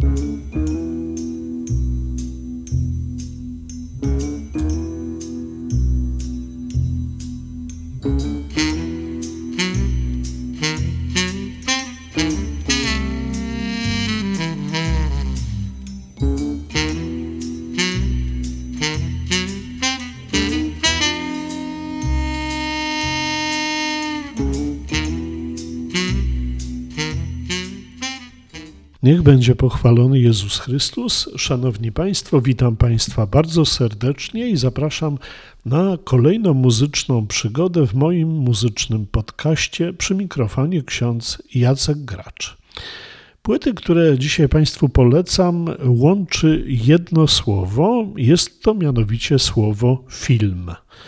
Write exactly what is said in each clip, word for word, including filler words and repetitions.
Niech będzie pochwalony Jezus Chrystus. Szanowni Państwo, witam Państwa bardzo serdecznie i zapraszam na kolejną muzyczną przygodę w moim muzycznym podcaście. Przy mikrofonie ksiądz Jacek Gracz. Płyty, które dzisiaj Państwu polecam, łączy jedno słowo. Jest to mianowicie słowo film.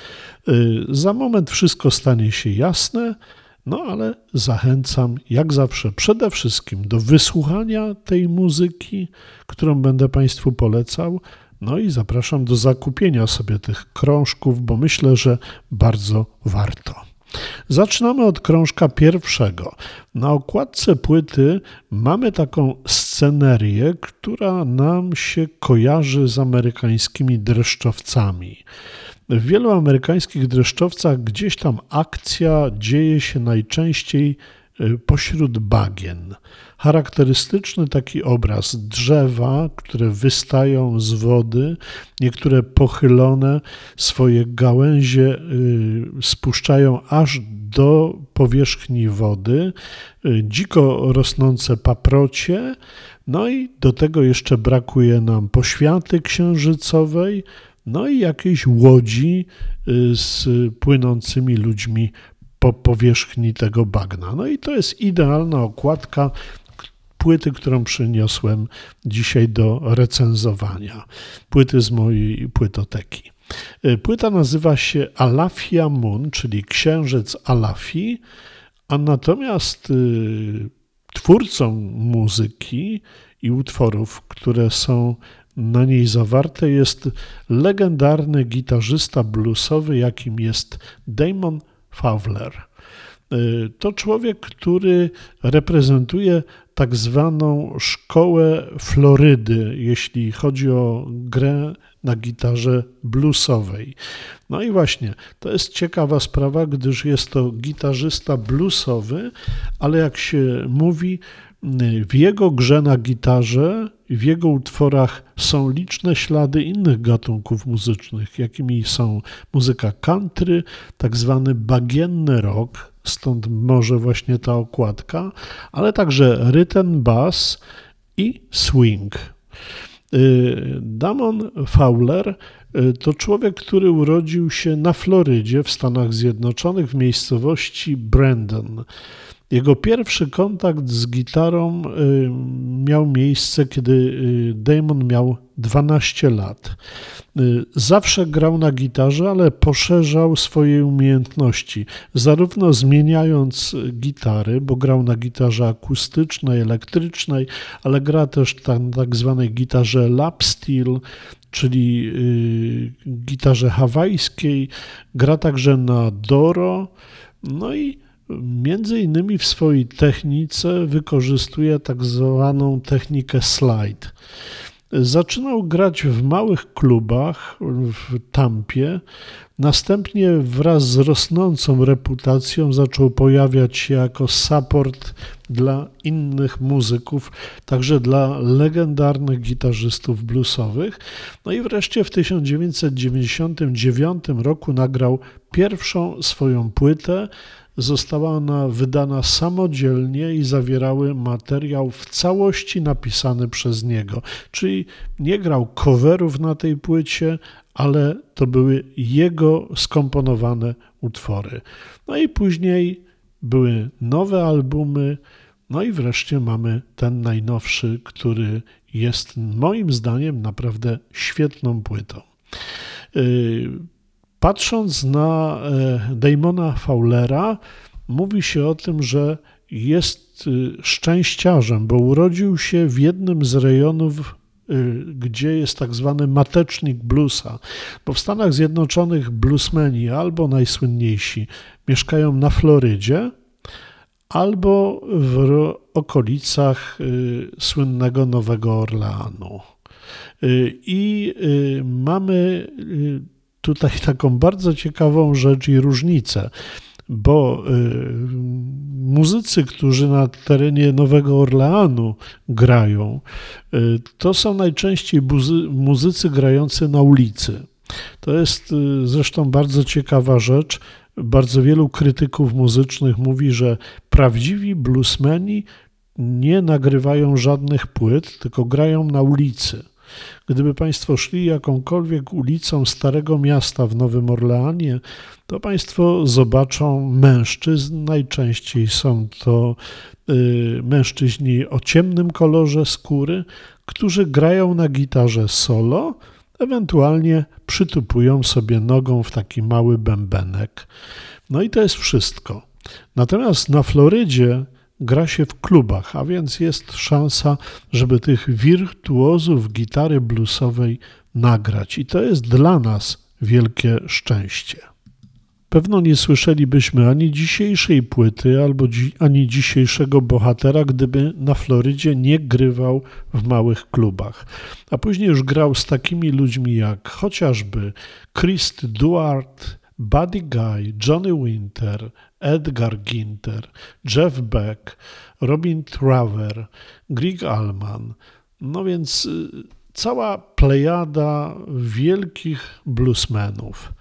Za moment wszystko stanie się jasne. No ale zachęcam jak zawsze przede wszystkim do wysłuchania tej muzyki, którą będę Państwu polecał, no i zapraszam do zakupienia sobie tych krążków, bo myślę, że bardzo warto. Zaczynamy od krążka pierwszego. Na okładce płyty mamy taką scenerię, która nam się kojarzy z amerykańskimi dreszczowcami. W wielu amerykańskich dreszczowcach gdzieś tam akcja dzieje się najczęściej pośród bagien. Charakterystyczny taki obraz drzewa, które wystają z wody, niektóre pochylone, swoje gałęzie spuszczają aż do powierzchni wody, dziko rosnące paprocie, no i do tego jeszcze brakuje nam poświaty księżycowej, no i jakiejś łodzi z płynącymi ludźmi po powierzchni tego bagna. No i to jest idealna okładka płyty, którą przyniosłem dzisiaj do recenzowania. Płyty z mojej płytoteki. Płyta nazywa się Alafia Moon, czyli Księżyc Alafii, a natomiast twórcą muzyki i utworów, które są na niej zawarte, jest legendarny gitarzysta bluesowy, jakim jest Damon Fowler. To człowiek, który reprezentuje tak zwaną szkołę Florydy, jeśli chodzi o grę na gitarze bluesowej. No i właśnie, to jest ciekawa sprawa, gdyż jest to gitarzysta bluesowy, ale jak się mówi, w jego grze na gitarze, w jego utworach są liczne ślady innych gatunków muzycznych, jakimi są muzyka country, tak zwany bagienny rock, stąd może właśnie ta okładka, ale także rhythm bass i swing. Damon Fowler to człowiek, który urodził się na Florydzie w Stanach Zjednoczonych w miejscowości Brandon. Jego pierwszy kontakt z gitarą miał miejsce, kiedy Damon miał dwanaście lat. Zawsze grał na gitarze, ale poszerzał swoje umiejętności, zarówno zmieniając gitary, bo grał na gitarze akustycznej, elektrycznej, ale gra też na tak zwanej gitarze lap steel, czyli gitarze hawajskiej, gra także na doro, no i między innymi w swojej technice wykorzystuje tak zwaną technikę slide. Zaczynał grać w małych klubach w Tampie, następnie wraz z rosnącą reputacją zaczął pojawiać się jako support dla innych muzyków, także dla legendarnych gitarzystów bluesowych. No i wreszcie w tysiąc dziewięćset dziewięćdziesiątym dziewiątym roku nagrał pierwszą swoją płytę. Została ona wydana samodzielnie i zawierały materiał w całości napisany przez niego. Czyli nie grał coverów na tej płycie, ale to były jego skomponowane utwory. No i później były nowe albumy, no i wreszcie mamy ten najnowszy, który jest moim zdaniem naprawdę świetną płytą. Patrząc na Damona Fowlera, mówi się o tym, że jest szczęściarzem, bo urodził się w jednym z rejonów, gdzie jest tak zwany matecznik bluesa, bo w Stanach Zjednoczonych bluesmeni albo najsłynniejsi mieszkają na Florydzie, albo w okolicach słynnego Nowego Orleanu. I mamy tutaj taką bardzo ciekawą rzecz i różnicę, bo muzycy, którzy na terenie Nowego Orleanu grają, to są najczęściej muzycy grający na ulicy. To jest zresztą bardzo ciekawa rzecz. Bardzo wielu krytyków muzycznych mówi, że prawdziwi bluesmeni nie nagrywają żadnych płyt, tylko grają na ulicy. Gdyby Państwo szli jakąkolwiek ulicą Starego Miasta w Nowym Orleanie, to Państwo zobaczą mężczyzn. Najczęściej są to y, mężczyźni o ciemnym kolorze skóry, którzy grają na gitarze solo, ewentualnie przytupują sobie nogą w taki mały bębenek. No i to jest wszystko. Natomiast na Florydzie gra się w klubach, a więc jest szansa, żeby tych wirtuozów gitary bluesowej nagrać. I to jest dla nas wielkie szczęście. Pewno nie słyszelibyśmy ani dzisiejszej płyty, albo dzi- ani dzisiejszego bohatera, gdyby na Florydzie nie grywał w małych klubach. A później już grał z takimi ludźmi jak chociażby Chris Duart, Buddy Guy, Johnny Winter, Edgar Ginter, Jeff Beck, Robin Trower, Greg Allman. No więc y, cała plejada wielkich bluesmenów.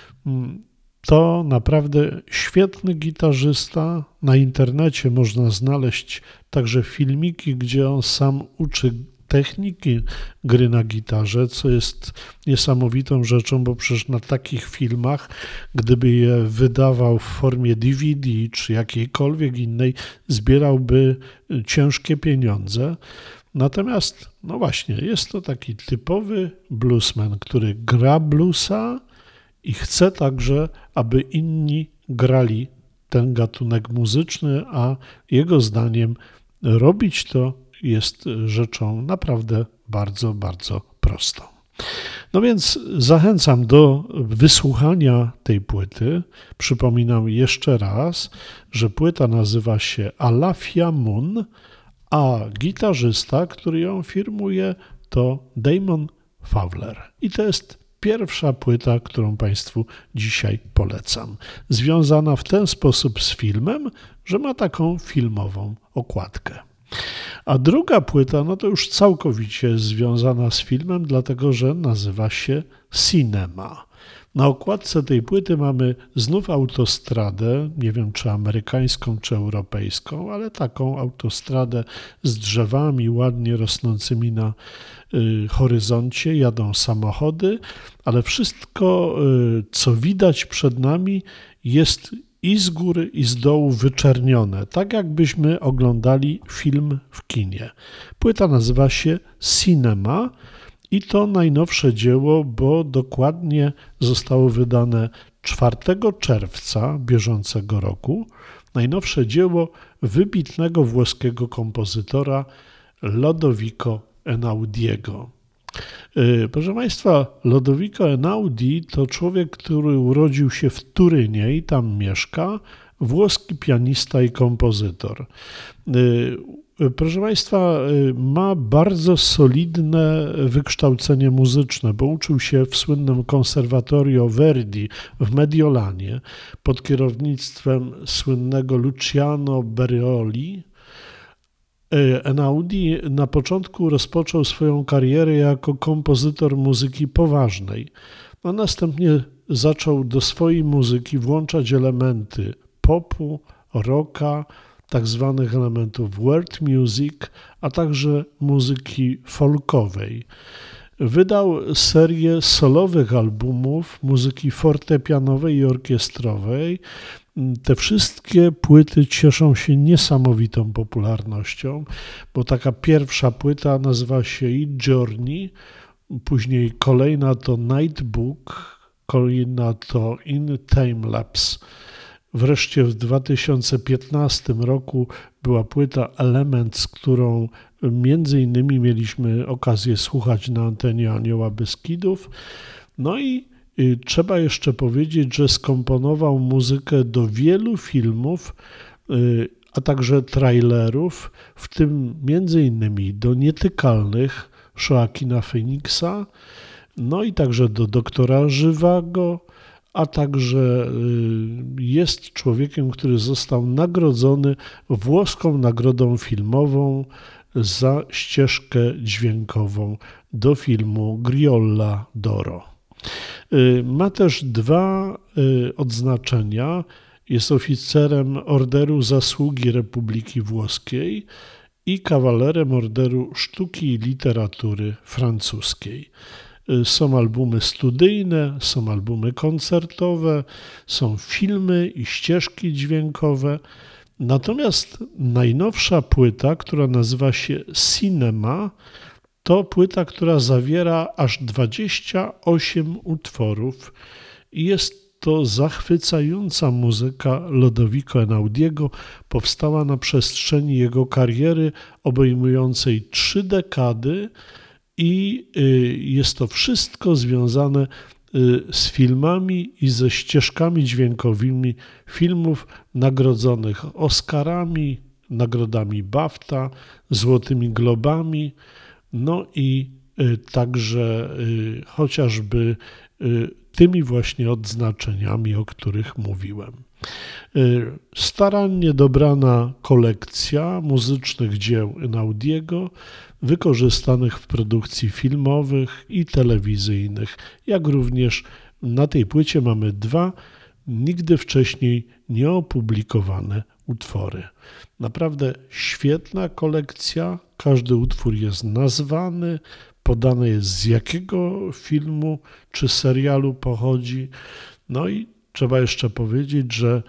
To naprawdę świetny gitarzysta. Na internecie można znaleźć także filmiki, gdzie on sam uczy techniki gry na gitarze, co jest niesamowitą rzeczą, bo przecież na takich filmach, gdyby je wydawał w formie D V D czy jakiejkolwiek innej, zbierałby ciężkie pieniądze. Natomiast, no właśnie, jest to taki typowy bluesman, który gra bluesa i chce także, aby inni grali ten gatunek muzyczny, a jego zdaniem robić to jest rzeczą naprawdę bardzo, bardzo prostą. No więc zachęcam do wysłuchania tej płyty. Przypominam jeszcze raz, że płyta nazywa się Alafia Moon, a gitarzysta, który ją firmuje, to Damon Fowler. I to jest pierwsza płyta, którą Państwu dzisiaj polecam. Związana w ten sposób z filmem, że ma taką filmową okładkę. A druga płyta, no to już całkowicie związana z filmem, dlatego że nazywa się Cinema. Na okładce tej płyty mamy znów autostradę, nie wiem czy amerykańską, czy europejską, ale taką autostradę z drzewami ładnie rosnącymi na y, horyzoncie, jadą samochody, ale wszystko, y, co widać przed nami, jest i z góry, i z dołu wyczernione, tak jakbyśmy oglądali film w kinie. Płyta nazywa się Cinema i to najnowsze dzieło, bo dokładnie zostało wydane czwartego czerwca bieżącego roku. Najnowsze dzieło wybitnego włoskiego kompozytora Lodovico Einaudiego. Proszę Państwa, Lodovico Einaudi to człowiek, który urodził się w Turynie i tam mieszka, włoski pianista i kompozytor. Proszę Państwa, ma bardzo solidne wykształcenie muzyczne, bo uczył się w słynnym Conservatorio Verdi w Mediolanie pod kierownictwem słynnego Luciano Bereoli. Einaudi na początku rozpoczął swoją karierę jako kompozytor muzyki poważnej, a następnie zaczął do swojej muzyki włączać elementy popu, rocka, tak zwanych elementów world music, a także muzyki folkowej. Wydał serię solowych albumów muzyki fortepianowej i orkiestrowej. Te wszystkie płyty cieszą się niesamowitą popularnością, bo taka pierwsza płyta nazywa się i Journey, później kolejna to Nightbook, kolejna to In Timelapse. Wreszcie w dwa tysiące piętnastym roku była płyta Elements, którą między innymi mieliśmy okazję słuchać na antenie Anioła Beskidów. No i trzeba jeszcze powiedzieć, że skomponował muzykę do wielu filmów, a także trailerów, w tym między innymi do Nietykalnych Joaquina Phoenixa, no i także do Doktora Żywago, a także jest człowiekiem, który został nagrodzony włoską nagrodą filmową za ścieżkę dźwiękową do filmu Griolla d'Oro. Ma też dwa odznaczenia. Jest oficerem Orderu Zasługi Republiki Włoskiej i kawalerem Orderu Sztuki i Literatury Francuskiej. Są albumy studyjne, są albumy koncertowe, są filmy i ścieżki dźwiękowe. Natomiast najnowsza płyta, która nazywa się Cinema, to płyta, która zawiera aż dwadzieścia osiem utworów i jest to zachwycająca muzyka Lodovico Einaudiego, powstała na przestrzeni jego kariery obejmującej trzy dekady i jest to wszystko związane z filmami i ze ścieżkami dźwiękowymi filmów nagrodzonych Oscarami, nagrodami BAFTA, Złotymi Globami, no i także chociażby tymi właśnie odznaczeniami, o których mówiłem. Starannie dobrana kolekcja muzycznych dzieł Einaudiego, wykorzystanych w produkcji filmowych i telewizyjnych, jak również na tej płycie mamy dwa nigdy wcześniej nieopublikowane utwory. Naprawdę świetna kolekcja, każdy utwór jest nazwany, podane jest z jakiego filmu czy serialu pochodzi. No i trzeba jeszcze powiedzieć, że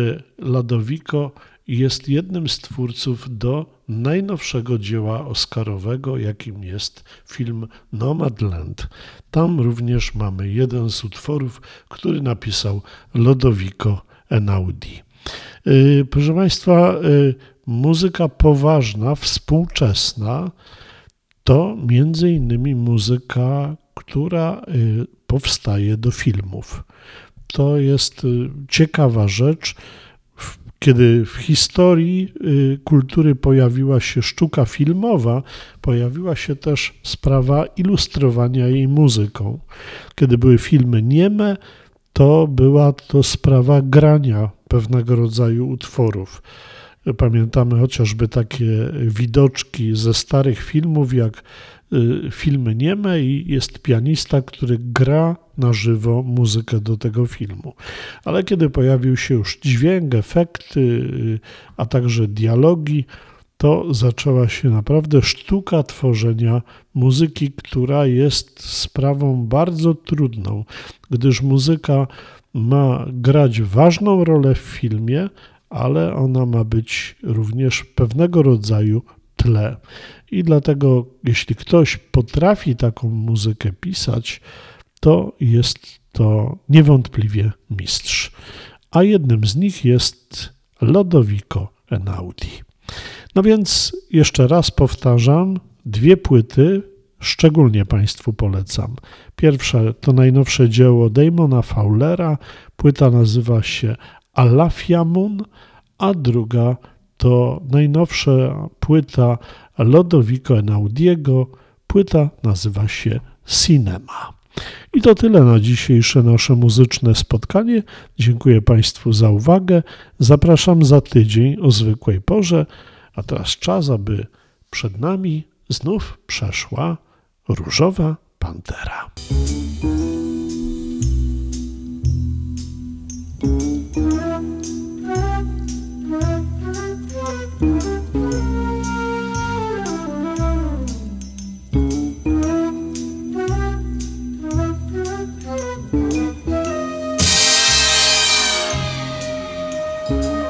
Lodovico jest jednym z twórców do najnowszego dzieła oscarowego, jakim jest film Nomadland. Tam również mamy jeden z utworów, który napisał Lodovico Einaudi. Proszę Państwa, muzyka poważna, współczesna to między innymi muzyka, która powstaje do filmów. To jest ciekawa rzecz. Kiedy w historii kultury pojawiła się sztuka filmowa, pojawiła się też sprawa ilustrowania jej muzyką. Kiedy były filmy nieme, to była to sprawa grania pewnego rodzaju utworów. Pamiętamy chociażby takie widoczki ze starych filmów, jak filmy nieme i jest pianista, który gra na żywo muzykę do tego filmu. Ale kiedy pojawił się już dźwięk, efekty, a także dialogi, to zaczęła się naprawdę sztuka tworzenia muzyki, która jest sprawą bardzo trudną, gdyż muzyka ma grać ważną rolę w filmie, ale ona ma być również pewnego rodzaju tle. I dlatego, jeśli ktoś potrafi taką muzykę pisać, to jest to niewątpliwie mistrz. A jednym z nich jest Lodovico Einaudi. No więc jeszcze raz powtarzam, dwie płyty szczególnie Państwu polecam. Pierwsza to najnowsze dzieło Damona Fowlera, płyta nazywa się Alafiamun, a druga to najnowsza płyta Lodovico Einaudiego, płyta nazywa się Cinema. I to tyle na dzisiejsze nasze muzyczne spotkanie. Dziękuję Państwu za uwagę. Zapraszam za tydzień o zwykłej porze, a teraz czas, aby przed nami znów przeszła Różowa Pantera. Thank you.